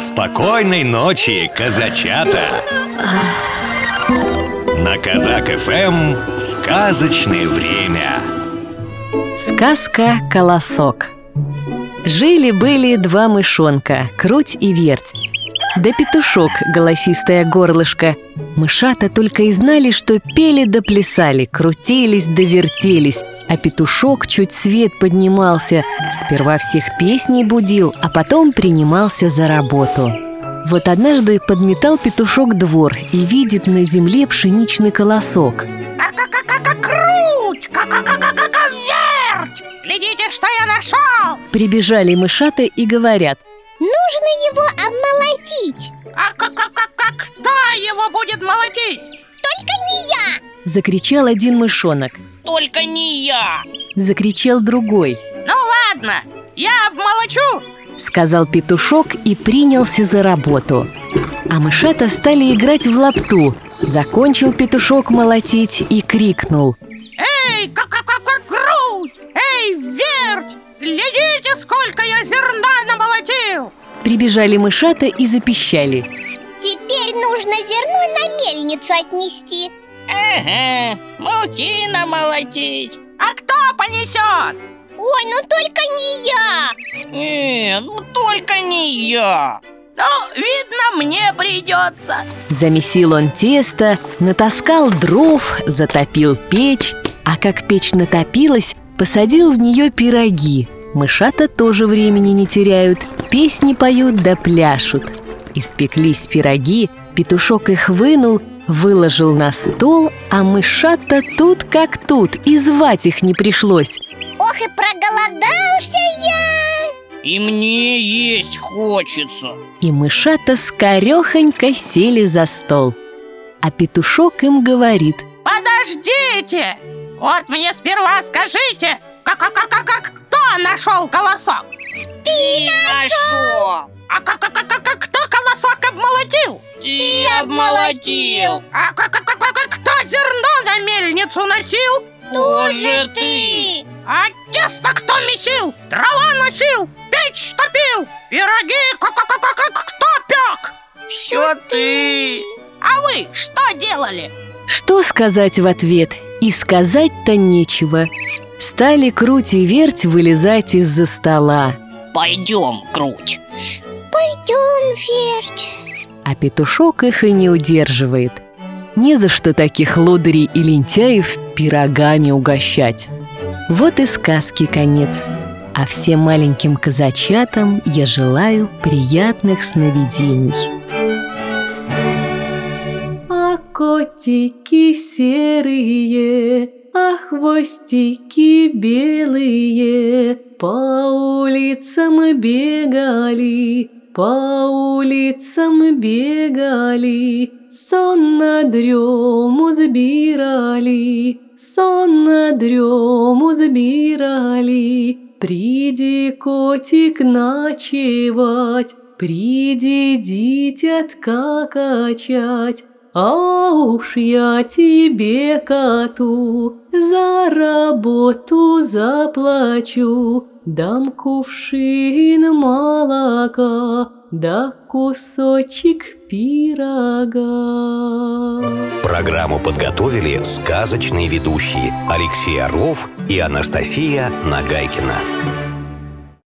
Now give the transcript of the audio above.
Спокойной ночи, казачата! На Казак ФМ сказочное время. Сказка «Колосок». Жили-были два мышонка, Круть и Верть. Да петушок, голосистое горлышко. Мышата только и знали, что пели да плясали, крутились да вертелись. А петушок чуть свет поднимался, сперва всех песней будил, а потом принимался за работу. Вот однажды подметал петушок двор и видит на земле пшеничный колосок. Круть! Верть! Глядите, что я нашел! Прибежали мышата и говорят: нужно его обмолотить. А кто его будет молотить? Только не я! Закричал один мышонок. Только не я! Закричал другой. Ну ладно, я обмолочу! Сказал петушок и принялся за работу. А мышата стали играть в лапту. Закончил петушок молотить и крикнул: эй, круть! Эй, верть! Глядите, сколько я зерна намолотил! Прибежали мышата и запищали: теперь нужно зерно на мельницу отнести. Ага, муки намолотить. А кто понесет? Ой, ну только не я! Только не я. Ну, видно, мне придется. Замесил он тесто, натаскал дров, затопил печь. А как печь натопилась, посадил в нее пироги. Мышата тоже времени не теряют, песни поют да пляшут. Испеклись пироги, петушок их вынул, выложил на стол, а мышата тут как тут, и звать их не пришлось. Ох, и проголодался я! И мне есть хочется. И мышата скорехонько сели за стол. А петушок им говорит: подождите! Вот мне сперва скажите, кто нашел колосок? Ты нашел! А кто колосок обмолотил? Ты обмолотил! А кто зерно на мельницу носил? Тоже ты! А тесто кто месил? Дрова носил? Печь топил? Пироги кто пек? Все ты! А вы что делали? Что сказать в ответ? И сказать-то нечего. Стали Круть и Верть вылезать из-за стола. Пойдем, Круть. Пойдем, Верть. А петушок их и не удерживает. Не за что таких лодырей и лентяев пирогами угощать. Вот и сказки конец. А всем маленьким казачатам я желаю приятных сновидений. А котики серые, а хвостики белые по улицам бегали, по улицам бегали, сон на дрему забирали, сон на дрему забирали. Приди, котик, ночевать, приди, дитятка качать. А уж я тебе, коту, за работу заплачу. Дам кувшин молока, да кусочек пирога. Программу подготовили сказочные ведущие Алексей Орлов и Анастасия Нагайкина.